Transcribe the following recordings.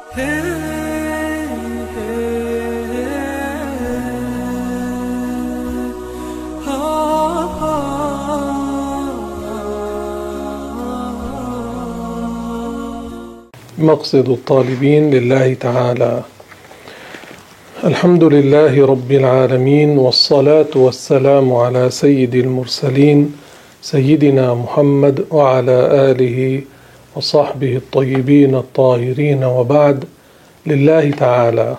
مقصد الطالبين لله تعالى. الحمد لله رب العالمين، والصلاة والسلام على سيد المرسلين سيدنا محمد وعلى آله وصحبه الطيبين الطاهرين، وبعد. لله تعالى.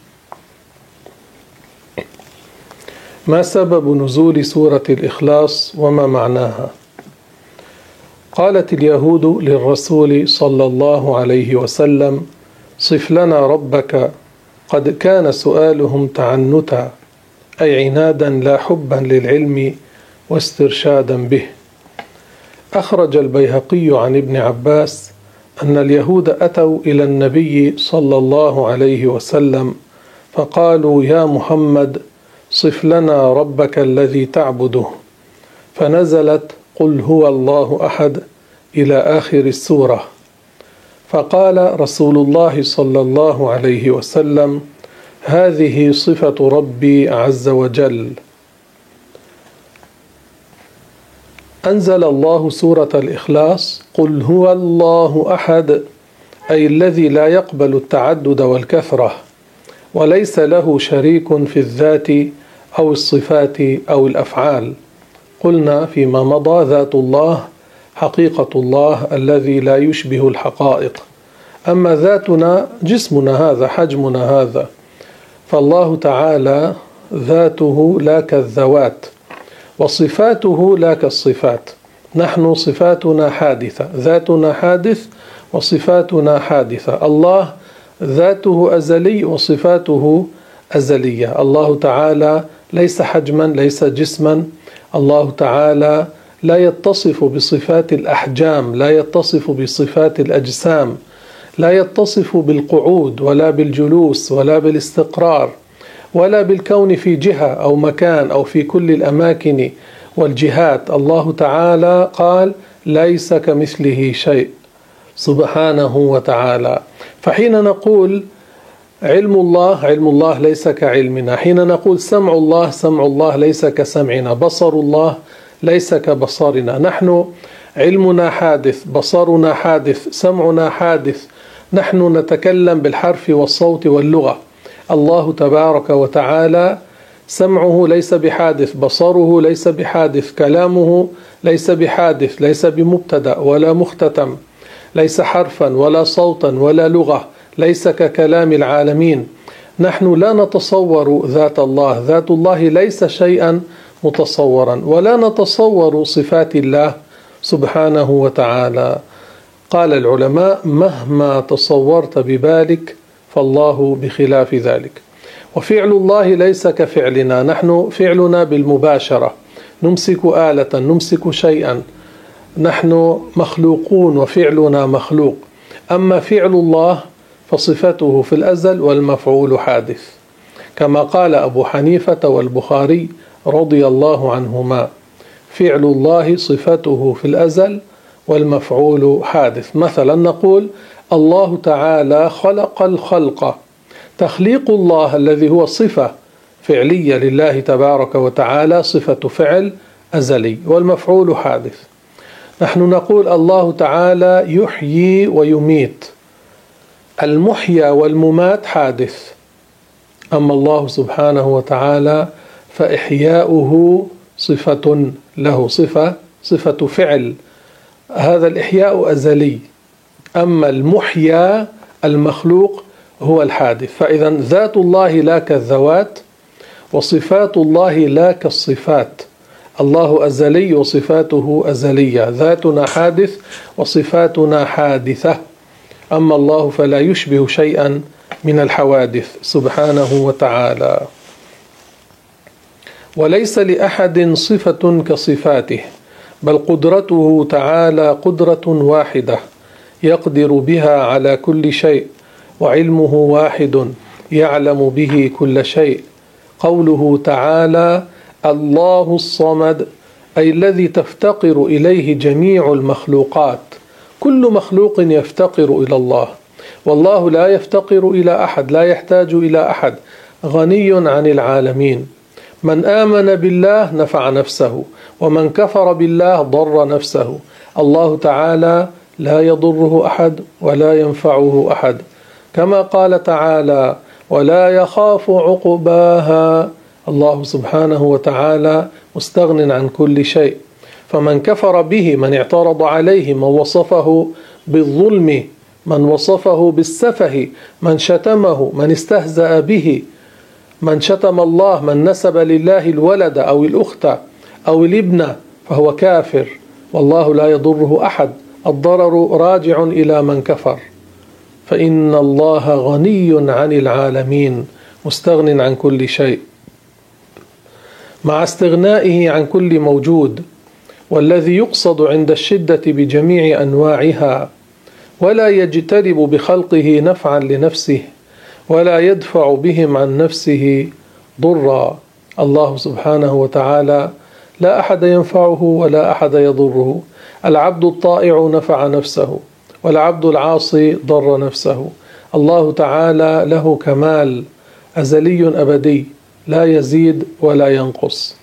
ما سبب نزول سورة الإخلاص وما معناها؟ قالت اليهود للرسول صلى الله عليه وسلم: صف لنا ربك. قد كان سؤالهم تعنتا، أي عنادا لا حبا للعلم واسترشادا به. أخرج البيهقي عن ابن عباس أن اليهود أتوا إلى النبي صلى الله عليه وسلم فقالوا: يا محمد، صف لنا ربك الذي تعبده. فنزلت: قل هو الله أحد إلى آخر السورة. فقال رسول الله صلى الله عليه وسلم: هذه صفة ربي عز وجل. أنزل الله سورة الإخلاص: قل هو الله أحد، أي الذي لا يقبل التعدد والكثرة، وليس له شريك في الذات أو الصفات أو الأفعال. قلنا فيما مضى: ذات الله حقيقة الله الذي لا يشبه الحقائق، أما ذاتنا جسمنا هذا، حجمنا هذا، فالله تعالى ذاته لا كالذوات، وصفاته لا كالصفات. نحن صفاتنا حادثة، ذاتنا حادث وصفاتنا حادثة. الله ذاته أزلي وصفاته أزلية. الله تعالى ليس حجما، ليس جسما. الله تعالى لا يتصف بصفات الأحجام، لا يتصف بصفات الأجسام، لا يتصف بالقعود ولا بالجلوس ولا بالاستقرار ولا بالكون في جهة أو مكان أو في كل الأماكن والجهات. الله تعالى قال: ليس كمثله شيء سبحانه وتعالى. فحين نقول علم الله ليس كعلمنا، حين نقول سمع الله ليس كسمعنا، بصر الله ليس كبصرنا. نحن علمنا حادث، بصرنا حادث، سمعنا حادث. نحن نتكلم بالحرف والصوت واللغة. الله تبارك وتعالى سمعه ليس بحادث، بصره ليس بحادث، كلامه ليس بحادث، ليس بمبتدأ ولا مختتم، ليس حرفا ولا صوتا ولا لغة، ليس ككلام العالمين. نحن لا نتصور ذات الله، ذات الله ليس شيئا متصورا، ولا نتصور صفات الله سبحانه وتعالى. قال العلماء: مهما تصورت ببالك فالله بخلاف ذلك. وفعل الله ليس كفعلنا، نحن فعلنا بالمباشرة، نمسك آلة، نمسك شيئا، نحن مخلوقون وفعلنا مخلوق. أما فعل الله فصفته في الأزل والمفعول حادث، كما قال أبو حنيفة والبخاري رضي الله عنهما: فعل الله صفته في الأزل والمفعول حادث. مثلا نقول: الله تعالى خلق الخلق. تخليق الله الذي هو صفة فعلية لله تبارك وتعالى صفة فعل أزلي والمفعول حادث. نحن نقول: الله تعالى يحيي ويميت، المحيا والممات حادث. أما الله سبحانه وتعالى فإحياؤه صفة له، صفة فعل، هذا الإحياء أزلي. أما المحيا المخلوق هو الحادث. فإذا ذات الله لا كالذوات، وصفات الله لا كالصفات. الله أزلي وصفاته أزلية، ذاتنا حادث وصفاتنا حادثة. أما الله فلا يشبه شيئا من الحوادث سبحانه وتعالى. وليس لأحد صفة كصفاته، بل قدرته تعالى قدرة واحدة يقدر بها على كل شيء، وعلمه واحد يعلم به كل شيء. قوله تعالى: الله الصمد، أي الذي تفتقر إليه جميع المخلوقات. كل مخلوق يفتقر إلى الله، والله لا يفتقر إلى أحد، لا يحتاج إلى أحد، غني عن العالمين. من آمن بالله نفع نفسه، ومن كفر بالله ضر نفسه. الله تعالى لا يضره أحد ولا ينفعه أحد، كما قال تعالى: ولا يخاف عقباها. الله سبحانه وتعالى مستغن عن كل شيء، فمن كفر به، من اعترض عليه، من وصفه بالظلم، من وصفه بالسفه، من شتمه، من استهزأ به، من شتم الله، من نسب لله الولد أو الأخت أو الابن، فهو كافر، والله لا يضره أحد. الضرر راجع إلى من كفر، فإن الله غني عن العالمين مستغن عن كل شيء، مع استغنائه عن كل موجود، والذي يقصد عند الشدة بجميع أنواعها، ولا يجتلب بخلقه نفعا لنفسه، ولا يدفع بهم عن نفسه ضرا. الله سبحانه وتعالى لا أحد ينفعه ولا أحد يضره. العبد الطائع نفع نفسه، والعبد العاصي ضر نفسه. الله تعالى له كمال أزلي أبدي، لا يزيد ولا ينقص.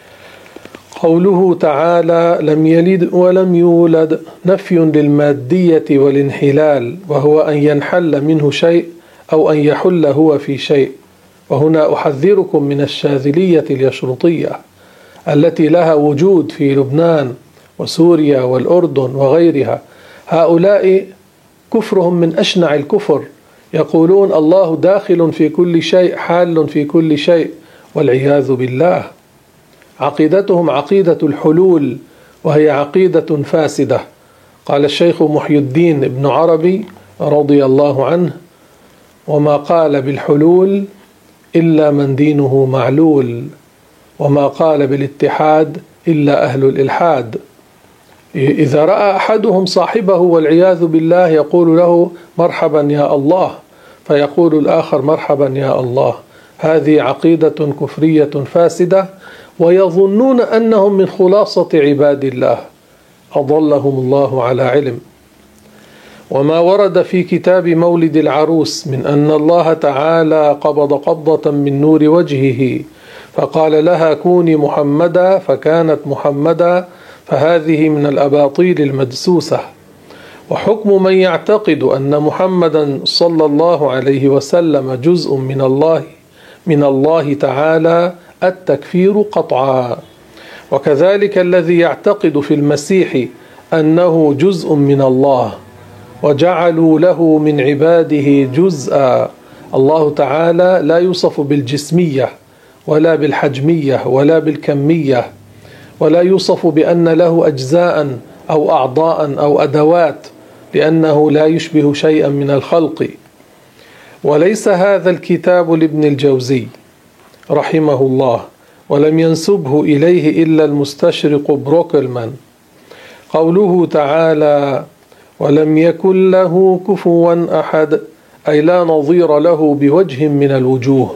قوله تعالى: لم يلد ولم يولد، نفي للمادية والانحلال، وهو أن ينحل منه شيء أو أن يحل هو في شيء. وهنا أحذركم من الشاذلية اليشرطية التي لها وجود في لبنان وسوريا والأردن وغيرها. هؤلاء كفرهم من أشنع الكفر، يقولون الله داخل في كل شيء، حال في كل شيء، والعياذ بالله. عقيدتهم عقيدة الحلول، وهي عقيدة فاسدة. قال الشيخ محي الدين ابن عربي رضي الله عنه: وما قال بالحلول إلا من دينه معلول، وما قال بالاتحاد إلا أهل الإلحاد. إذا رأى أحدهم صاحبه والعياذ بالله يقول له: مرحبا يا الله، فيقول الآخر: مرحبا يا الله. هذه عقيدة كفرية فاسدة، ويظنون أنهم من خلاصة عباد الله، أضلهم الله على علم. وما ورد في كتاب مولد العروس من أن الله تعالى قبض قبضة من نور وجهه فقال لها: كوني محمدا، فكانت محمدا، فهذه من الأباطيل المدسوسة. وحكم من يعتقد أن محمدا صلى الله عليه وسلم جزء من الله تعالى التكفير قطعا. وكذلك الذي يعتقد في المسيح أنه جزء من الله وجعلوا له من عباده جزءا. الله تعالى لا يوصف بالجسمية ولا بالحجمية ولا بالكمية، ولا يوصف بأن له أجزاء أو أعضاء أو أدوات، لأنه لا يشبه شيئا من الخلق. وليس هذا الكتاب لابن الجوزي رحمه الله، ولم ينسبه إليه إلا المستشرق بروكلمان. قوله تعالى: ولم يكن له كفوا أحد، أي لا نظير له بوجه من الوجوه.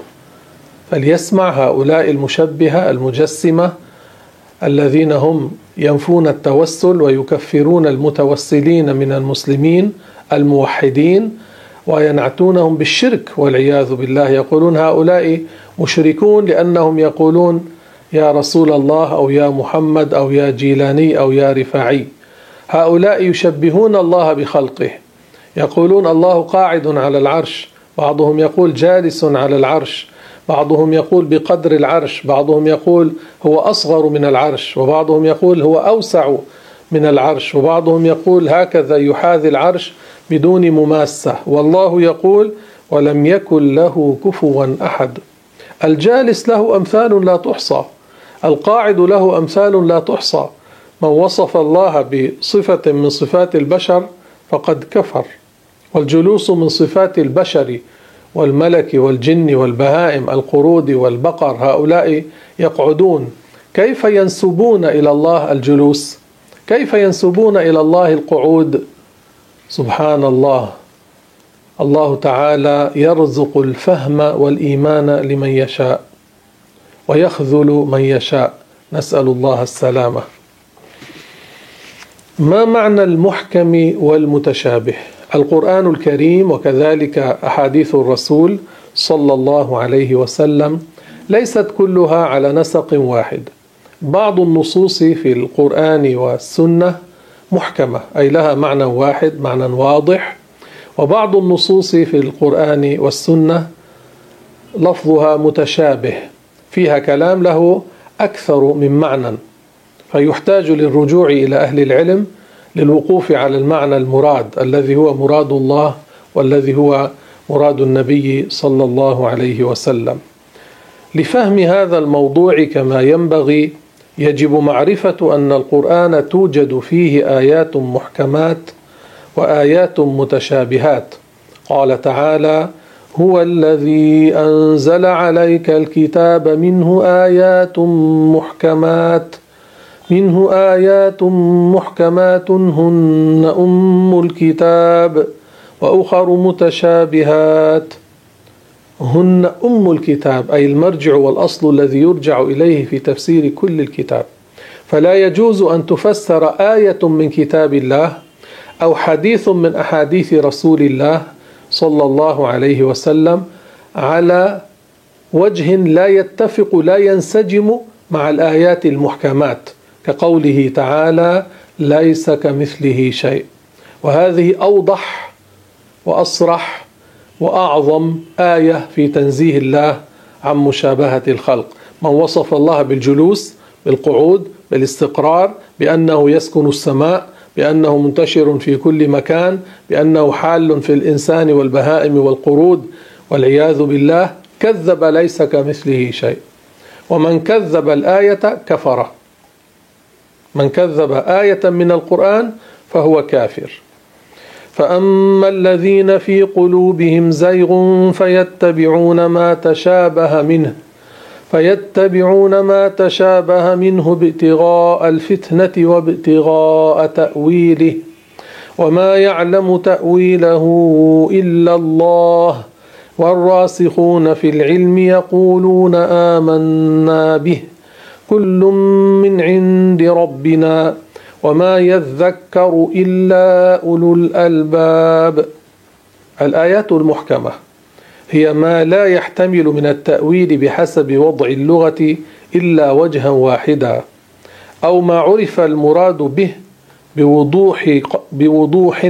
فليسمع هؤلاء المشبهة المجسمة الذين هم ينفون التوسل ويكفرون المتوسلين من المسلمين الموحدين وينعتونهم بالشرك والعياذ بالله. يقولون هؤلاء مشركون لأنهم يقولون يا رسول الله أو يا محمد أو يا جيلاني أو يا رفاعي. هؤلاء يشبهون الله بخلقه، يقولون الله قاعد على العرش، بعضهم يقول جالس على العرش، بعضهم يقول بقدر العرش، بعضهم يقول هو أصغر من العرش، وبعضهم يقول هو أوسع من العرش، وبعضهم يقول هكذا يحاذي العرش بدون مماسة. والله يقول: ولم يكن له كفوا أحد. الجالس له أمثال لا تحصى، القاعد له أمثال لا تحصى. من وصف الله بصفة من صفات البشر فقد كفر. والجلوس من صفات البشر والملك والجن والبهائم، القرود والبقر، هؤلاء يقعدون. كيف ينسبون إلى الله الجلوس؟ كيف ينسبون إلى الله القعود؟ سبحان الله. الله تعالى يرزق الفهم والإيمان لمن يشاء ويخذل من يشاء، نسأل الله السلامة. ما معنى المحكم والمتشابه؟ القرآن الكريم وكذلك أحاديث الرسول صلى الله عليه وسلم ليست كلها على نسق واحد. بعض النصوص في القرآن والسنة محكمة، أي لها معنى واحد، معنى واضح، وبعض النصوص في القرآن والسنة لفظها متشابه، فيها كلام له أكثر من معنى، فيحتاج للرجوع إلى أهل العلم للوقوف على المعنى المراد الذي هو مراد الله والذي هو مراد النبي صلى الله عليه وسلم. لفهم هذا الموضوع كما ينبغي يجب معرفة أن القرآن توجد فيه آيات محكمات وآيات متشابهات. قال تعالى: هو الذي أنزل عليك الكتاب منه آيات محكمات هن أم الكتاب وأخر متشابهات. هن أم الكتاب أي المرجع والأصل الذي يرجع إليه في تفسير كل الكتاب، فلا يجوز أن تفسر آية من كتاب الله أو حديث من أحاديث رسول الله صلى الله عليه وسلم على وجه لا يتفق لا ينسجم مع الآيات المحكمات، كقوله تعالى: ليس كمثله شيء. وهذه أوضح وأصرح وأعظم آية في تنزيه الله عن مشابهة الخلق. من وصف الله بالجلوس، بالقعود، بالاستقرار، بأنه يسكن السماء، بأنه منتشر في كل مكان، بأنه حال في الإنسان والبهائم والقرود والعياذ بالله، كذب ليس كمثله شيء. ومن كذب الآية كفر. من كذب آية من القرآن فهو كافر. فأما الذين في قلوبهم زيغ فيتبعون ما تشابه منه ابتغاء الفتنة وابتغاء تأويله وما يعلم تأويله إلا الله والراسخون في العلم يقولون آمنا به كل من عند ربنا وما يذكر إلا أولو الألباب. الآيات المحكمة هي ما لا يحتمل من التأويل بحسب وضع اللغة إلا وجها واحدا، أو ما عرف المراد به بوضوح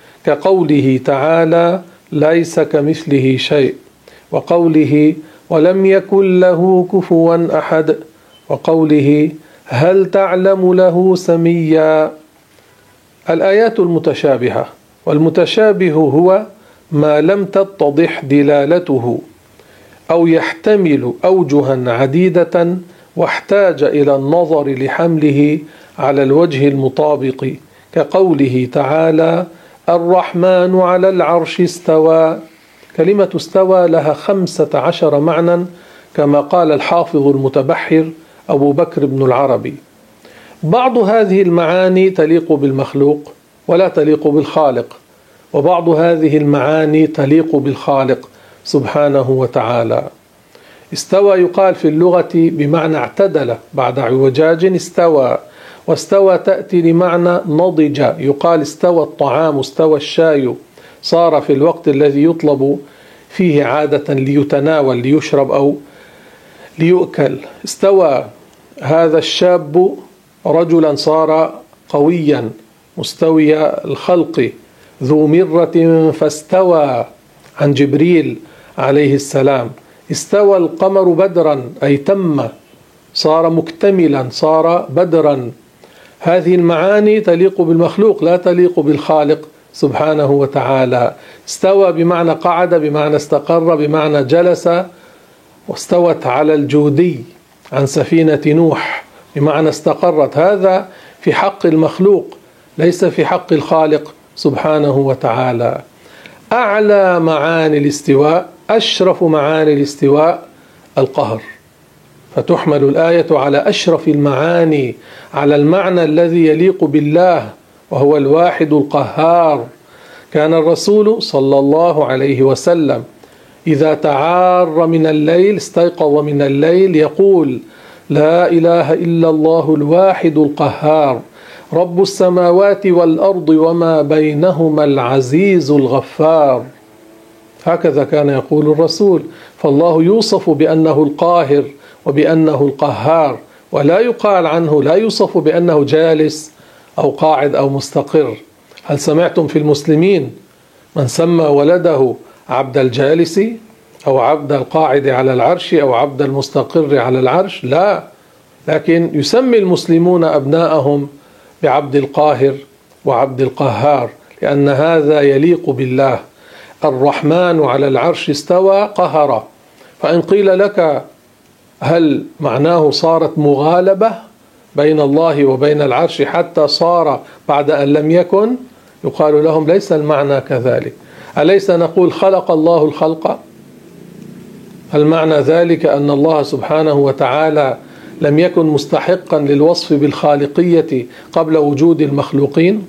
كقوله تعالى: ليس كمثله شيء، وقوله: ولم يكن له كفوا أحد، وقوله: هل تعلم له سميا. الآيات المتشابهة، والمتشابه هو ما لم تتضح دلالته أو يحتمل أوجها عديدة واحتاج إلى النظر لحمله على الوجه المطابق، كقوله تعالى: الرحمن على العرش استوى. كلمة استوى لها 15 معنى كما قال الحافظ المتبحر أبو بكر بن العربي. بعض هذه المعاني تليق بالمخلوق ولا تليق بالخالق، وبعض هذه المعاني تليق بالخالق سبحانه وتعالى. استوى يقال في اللغة بمعنى اعتدل بعد اعوجاج استوى، واستوى تأتي لمعنى نضج، يقال استوى الطعام، استوى الشاي، صار في الوقت الذي يطلب فيه عادة ليتناول، ليشرب أو ليؤكل. استوى هذا الشاب رجلا صار قويا مستوي الخلق ذو مرة فاستوى، عن جبريل عليه السلام. استوى القمر بدرا أي تم، صار مكتملا، صار بدرا. هذه المعاني تليق بالمخلوق لا تليق بالخالق سبحانه وتعالى. استوى بمعنى قعد، بمعنى استقر، بمعنى جلس. واستوت على الجودي عن سفينة نوح بمعنى استقرت. هذا في حق المخلوق ليس في حق الخالق سبحانه وتعالى. أعلى معاني الاستواء، أشرف معاني الاستواء القهر، فتحمل الآية على أشرف المعاني، على المعنى الذي يليق بالله وهو الواحد القهار. كان الرسول صلى الله عليه وسلم إذا تعار من الليل، استيقظ من الليل، يقول: لا إله إلا الله الواحد القهار، رب السماوات والأرض وما بينهما العزيز الغفار. هكذا كان يقول الرسول. فالله يوصف بأنه القاهر وبأنه القهار، ولا يقال عنه، لا يوصف بأنه جالس أو قاعد أو مستقر. هل سمعتم في المسلمين من سمى ولده عبد الجالس أو عبد القاعد على العرش أو عبد المستقر على العرش؟ لا، لكن يسمي المسلمون أبناءهم بعبد القاهر وعبد القهار، لأن هذا يليق بالله. الرحمن على العرش استوى قهر. فإن قيل لك هل معناه صارت مغالبة بين الله وبين العرش حتى صار بعد أن لم يكن؟ يقال لهم ليس المعنى كذلك. أليس نقول خلق الله الخلق؟ هل معنى ذلك أن الله سبحانه وتعالى لم يكن مستحقا للوصف بالخالقية قبل وجود المخلوقين؟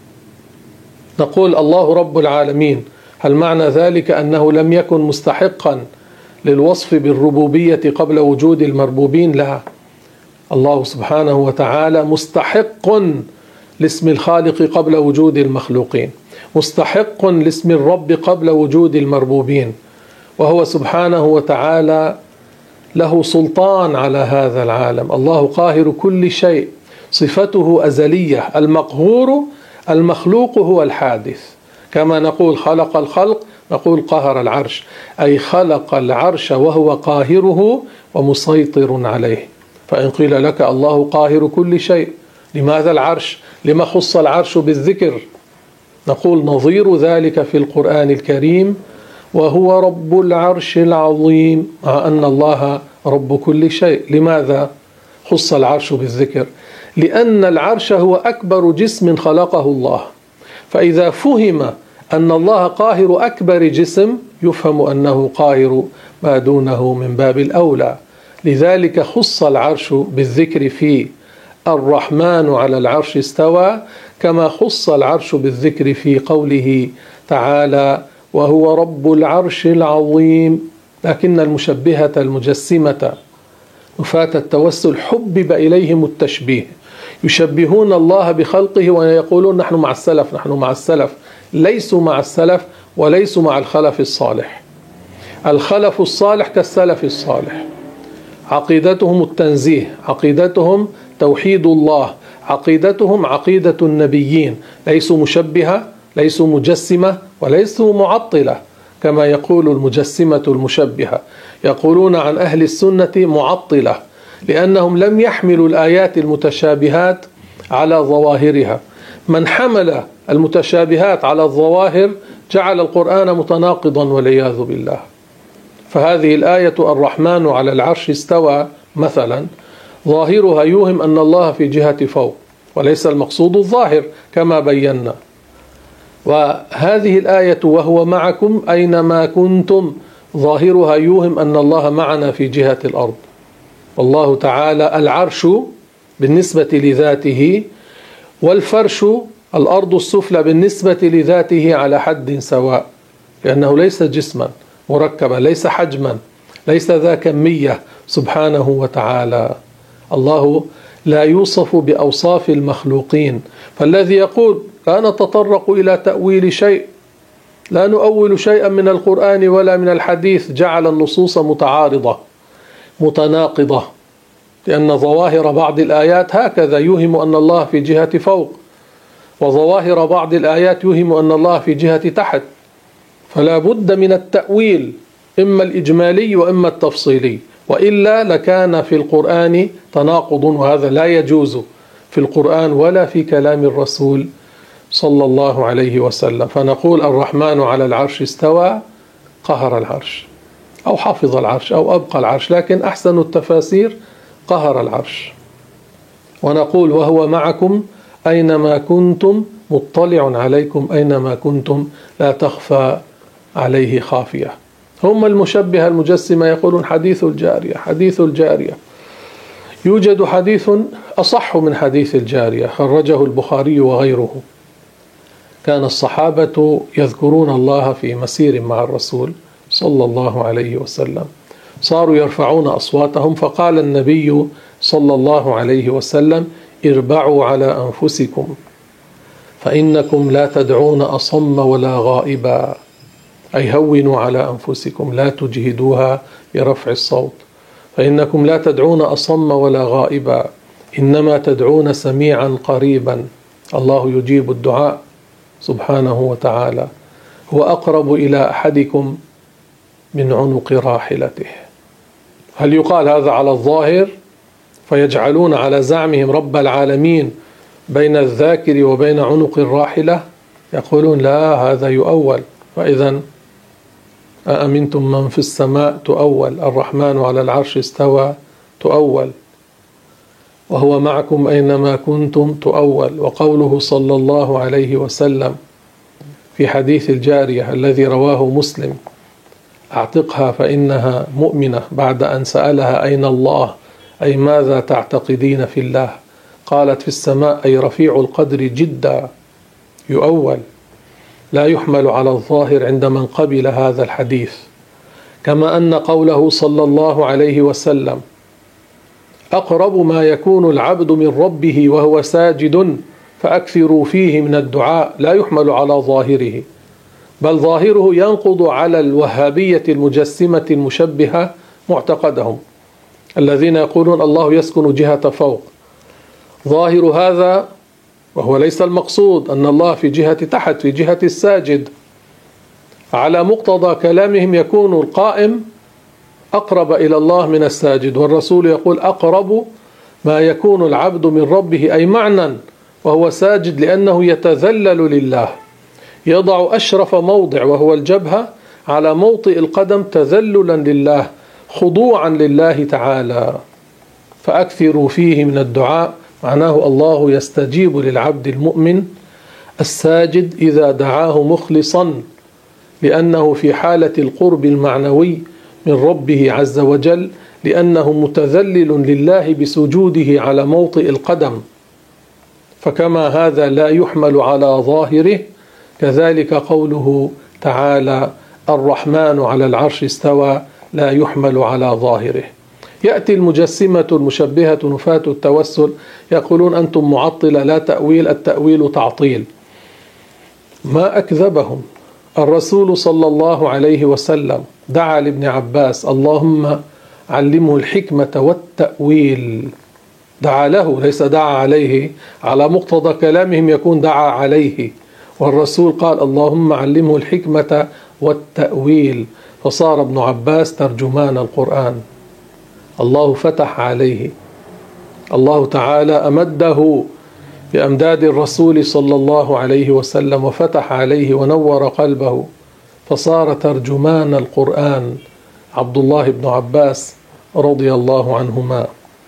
نقول الله رب العالمين، هل معنى ذلك أنه لم يكن مستحقا للوصف بالربوبية قبل وجود المربوبين؟ لا، الله سبحانه وتعالى مستحق لاسم الخالق قبل وجود المخلوقين، مستحق لاسم الرب قبل وجود المربوبين، وهو سبحانه وتعالى له سلطان على هذا العالم. الله قاهر كل شيء، صفته أزلية. المقهور المخلوق هو الحادث. كما نقول خلق الخلق، نقول قهر العرش، أي خلق العرش وهو قاهره ومسيطر عليه. فإن قيل لك الله قاهر كل شيء، لماذا العرش؟ لما خص العرش بالذكر؟ نقول نظير ذلك في القرآن الكريم: وهو رب العرش العظيم، مع أن الله رب كل شيء. لماذا خص العرش بالذكر؟ لأن العرش هو أكبر جسم خلقه الله، فإذا فهم أن الله قاهر أكبر جسم يفهم أنه قاهر ما دونه من باب الأولى. لذلك خص العرش بالذكر في الرحمن على العرش استوى، كما خص العرش بالذكر في قوله تعالى: وهو رب العرش العظيم. لكن المشبهة المجسمة نفاة التوسل حبب إليهم التشبيه، يشبهون الله بخلقه ويقولون نحن مع السلف، نحن مع السلف. ليسوا مع السلف وليسوا مع الخلف الصالح. الخلف الصالح كالسلف الصالح، عقيدتهم التنزيه، عقيدتهم توحيد الله، عقيدتهم عقيدة النبيين. ليسوا مشبهة، ليسوا مجسمة، وليسوا معطلة كما يقول المجسمة المشبهة. يقولون عن أهل السنة معطلة، لأنهم لم يحملوا الآيات المتشابهات على ظواهرها. من حمل المتشابهات على الظواهر جعل القرآن متناقضا والعياذ بالله. فهذه الآية الرحمن على العرش استوى مثلا، ظاهرها يوهم أن الله في جهة فوق، وليس المقصود الظاهر كما بينا. وهذه الآية وهو معكم أينما كنتم، ظاهرها يوهم أن الله معنا في جهة الأرض. والله تعالى العرش بالنسبة لذاته، والفرش الأرض السفلى بالنسبة لذاته على حد سواء، لأنه ليس جسما مركبا، ليس حجما، ليس ذا كمية سبحانه وتعالى. الله لا يوصف بأوصاف المخلوقين. فالذي يقول لا نتطرق إلى تأويل شيء، لا نؤول شيئا من القرآن ولا من الحديث، جعل النصوص متعارضة متناقضة، لأن ظواهر بعض الآيات هكذا يوهم أن الله في جهة فوق، وظواهر بعض الآيات يوهم أن الله في جهة تحت. فلا بد من التأويل، إما الإجمالي وإما التفصيلي، وإلا لكان في القرآن تناقض، وهذا لا يجوز في القرآن ولا في كلام الرسول صلى الله عليه وسلم. فنقول الرحمن على العرش استوى، قهر العرش أو حفظ العرش أو أبقى العرش، لكن أحسن التفاسير قهر العرش. ونقول وهو معكم أينما كنتم، مطلع عليكم أينما كنتم، لا تخفى عليه خافية. هم المشبهة المجسمة يقولون حديث الجارية، حديث الجارية. يوجد حديث أصح من حديث الجارية، خرجه البخاري وغيره. كان الصحابة يذكرون الله في مسير مع الرسول صلى الله عليه وسلم، صاروا يرفعون أصواتهم، فقال النبي صلى الله عليه وسلم: اربعوا على أنفسكم فإنكم لا تدعون أصم ولا غائبا، أي هونوا على أنفسكم لا تجهدوها برفع الصوت، فإنكم لا تدعون أصم ولا غائبا إنما تدعون سميعا قريبا. الله يجيب الدعاء سبحانه وتعالى، هو أقرب إلى أحدكم من عنق راحلته. هل يقال هذا على الظاهر فيجعلون على زعمهم رب العالمين بين الذاكر وبين عنق الراحلة؟ يقولون لا، هذا يؤول. فإذا أأمنتم من في السماء تؤول، الرحمن على العرش استوى تؤول، وهو معكم أينما كنتم تؤول. وقوله صلى الله عليه وسلم في حديث الجارية الذي رواه مسلم: أعتقها فإنها مؤمنة، بعد أن سألها أين الله، أي ماذا تعتقدين في الله؟ قالت في السماء، أي رفيع القدر جدا، يؤول لا يحمل على الظاهر عند من قبل هذا الحديث. كما أن قوله صلى الله عليه وسلم: أقرب ما يكون العبد من ربه وهو ساجد فأكثروا فيه من الدعاء، لا يحمل على ظاهره، بل ظاهره ينقض على الوهابية المجسمة المشبهة معتقدهم الذين يقولون الله يسكن جهة فوق. ظاهر هذا، وهو ليس المقصود، أن الله في جهة تحت، في جهة الساجد. على مقتضى كلامهم يكون القائم أقرب إلى الله من الساجد، والرسول يقول أقرب ما يكون العبد من ربه، أي معنى وهو ساجد، لأنه يتذلل لله، يضع أشرف موضع وهو الجبهة على موطئ القدم تذللا لله، خضوعا لله تعالى. فأكثروا فيه من الدعاء، معناه الله يستجيب للعبد المؤمن الساجد إذا دعاه مخلصا، لأنه في حالة القرب المعنوي من ربه عز وجل، لأنه متذلل لله بسجوده على موطئ القدم. فكما هذا لا يحمل على ظاهره، كذلك قوله تعالى الرحمن على العرش استوى لا يحمل على ظاهره. يأتي المجسمة المشبهة نفاة التوسل يقولون أنتم معطلة، لا تأويل، التأويل تعطيل. ما أكذبهم. الرسول صلى الله عليه وسلم دعا لابن عباس اللهم علمه الحكمة والتأويل، دعا له، ليس دعا عليه. على مقتضى كلامهم يكون دعا عليه، والرسول قال اللهم علمه الحكمة والتأويل، فصار ابن عباس ترجمان القرآن. الله فتح عليه، الله تعالى أمده بأمداد الرسول صلى الله عليه وسلم، وفتح عليه ونور قلبه، فصار ترجمان القرآن عبد الله بن عباس رضي الله عنهما.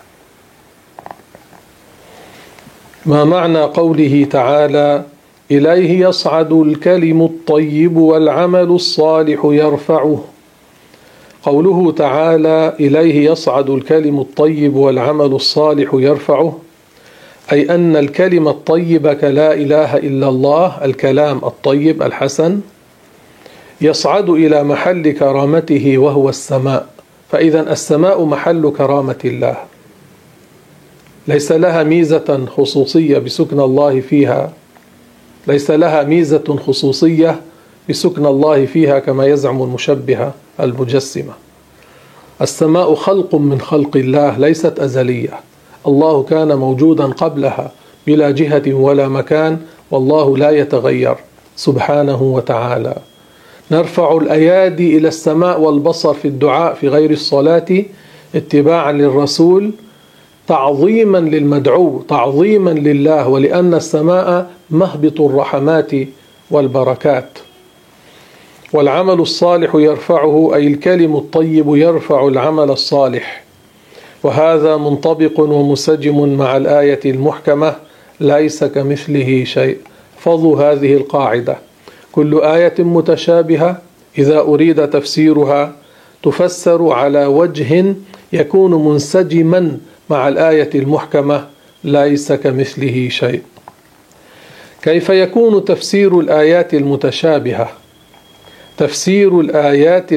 ما معنى قوله تعالى إليه يصعد الكلم الطيب والعمل الصالح يرفعه؟ قوله تعالى إليه يصعد الكلم الطيب والعمل الصالح يرفعه، أي أن الكلمة الطيبة كلا إله إلا الله، الكلام الطيب الحسن، يصعد إلى محل كرامته وهو السماء. فإذا السماء محل كرامة الله، ليس لها ميزة خصوصية بسكن الله فيها، ليس لها ميزة خصوصية بسكن الله فيها كما يزعم المشبهة المجسمة. السماء خلق من خلق الله، ليست أزلية، الله كان موجودا قبلها بلا جهة ولا مكان، والله لا يتغير سبحانه وتعالى. نرفع الأيادي إلى السماء والبصر في الدعاء في غير الصلاة اتباعا للرسول، تعظيما للمدعو، تعظيما لله، ولأن السماء مهبط الرحمات والبركات. والعمل الصالح يرفعه، أي الكلم الطيب يرفع العمل الصالح، وهذا منطبق ومنسجم مع الآية المحكمة ليس كمثله شيء. احفظوا هذه القاعدة: كل آية متشابهة إذا أريد تفسيرها تفسر على وجه يكون منسجما مع الآية المحكمة ليس كمثله شيء. كيف يكون تفسير الآيات المتشابهة؟ تفسير الآيات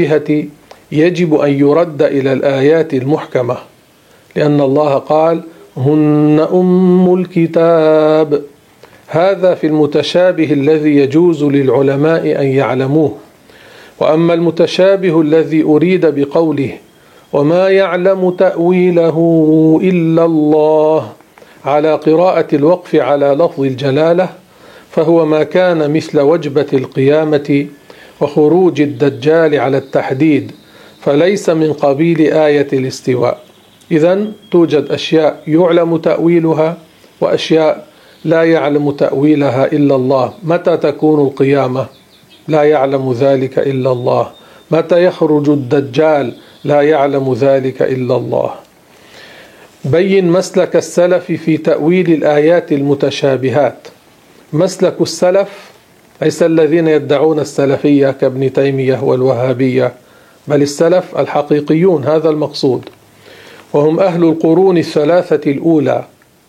المتشابهة يجب أن يرد إلى الآيات المحكمة، لأن الله قال هن أم الكتاب. هذا في المتشابه الذي يجوز للعلماء أن يعلموه. وأما المتشابه الذي أريد بقوله وما يعلم تأويله إلا الله على قراءة الوقف على لفظ الجلالة، فهو ما كان مثل وجبة القيامة وخروج الدجال على التحديد، فليس من قبيل آية الاستواء. إذن توجد أشياء يعلم تأويلها وأشياء لا يعلم تأويلها إلا الله. متى تكون القيامة؟ لا يعلم ذلك إلا الله. متى يخرج الدجال؟ لا يعلم ذلك إلا الله. بين مسلك السلف في تأويل الآيات المتشابهات. مسلك السلف ليس الذين يدعون السلفية كابن تيمية والوهابية، بل السلف الحقيقيون، هذا المقصود، وهم أهل القرون الثلاثة الأولى،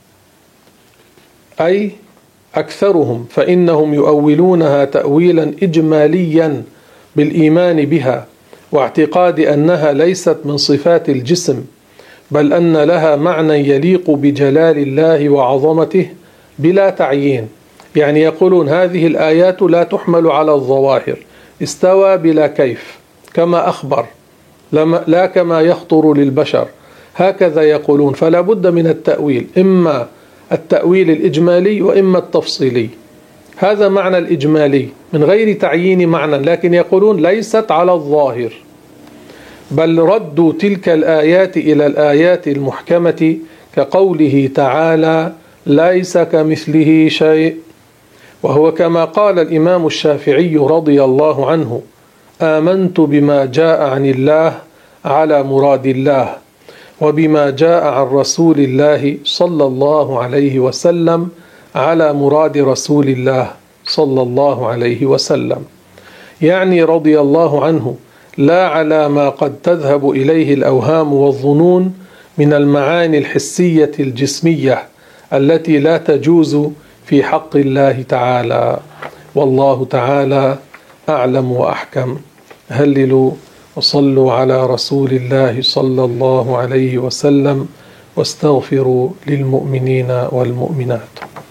أي أكثرهم، فإنهم يؤولونها تأويلا إجماليا بالإيمان بها واعتقاد أنها ليست من صفات الجسم، بل أن لها معنى يليق بجلال الله وعظمته بلا تعيين. يعني يقولون هذه الآيات لا تحمل على الظواهر، استوى بلا كيف كما أخبر، لا كما يخطر للبشر، هكذا يقولون. فلا بد من التأويل، إما التأويل الإجمالي وإما التفصيلي. هذا معنى الإجمالي من غير تعيين معنى، لكن يقولون ليست على الظاهر، بل ردوا تلك الآيات إلى الآيات المحكمة كقوله تعالى ليس كمثله شيء. وهو كما قال الإمام الشافعي رضي الله عنه آمنت بما جاء عن الله على مراد الله، وبما جاء عن رسول الله صلى الله عليه وسلم على مراد رسول الله صلى الله عليه وسلم. يعني رضي الله عنه لا على ما قد تذهب إليه الأوهام والظنون من المعاني الحسية الجسمية التي لا تجوز في حق الله تعالى. والله تعالى أعلم وأحكم. هللوا وصلوا على رسول الله صلى الله عليه وسلم، واستغفروا للمؤمنين والمؤمنات.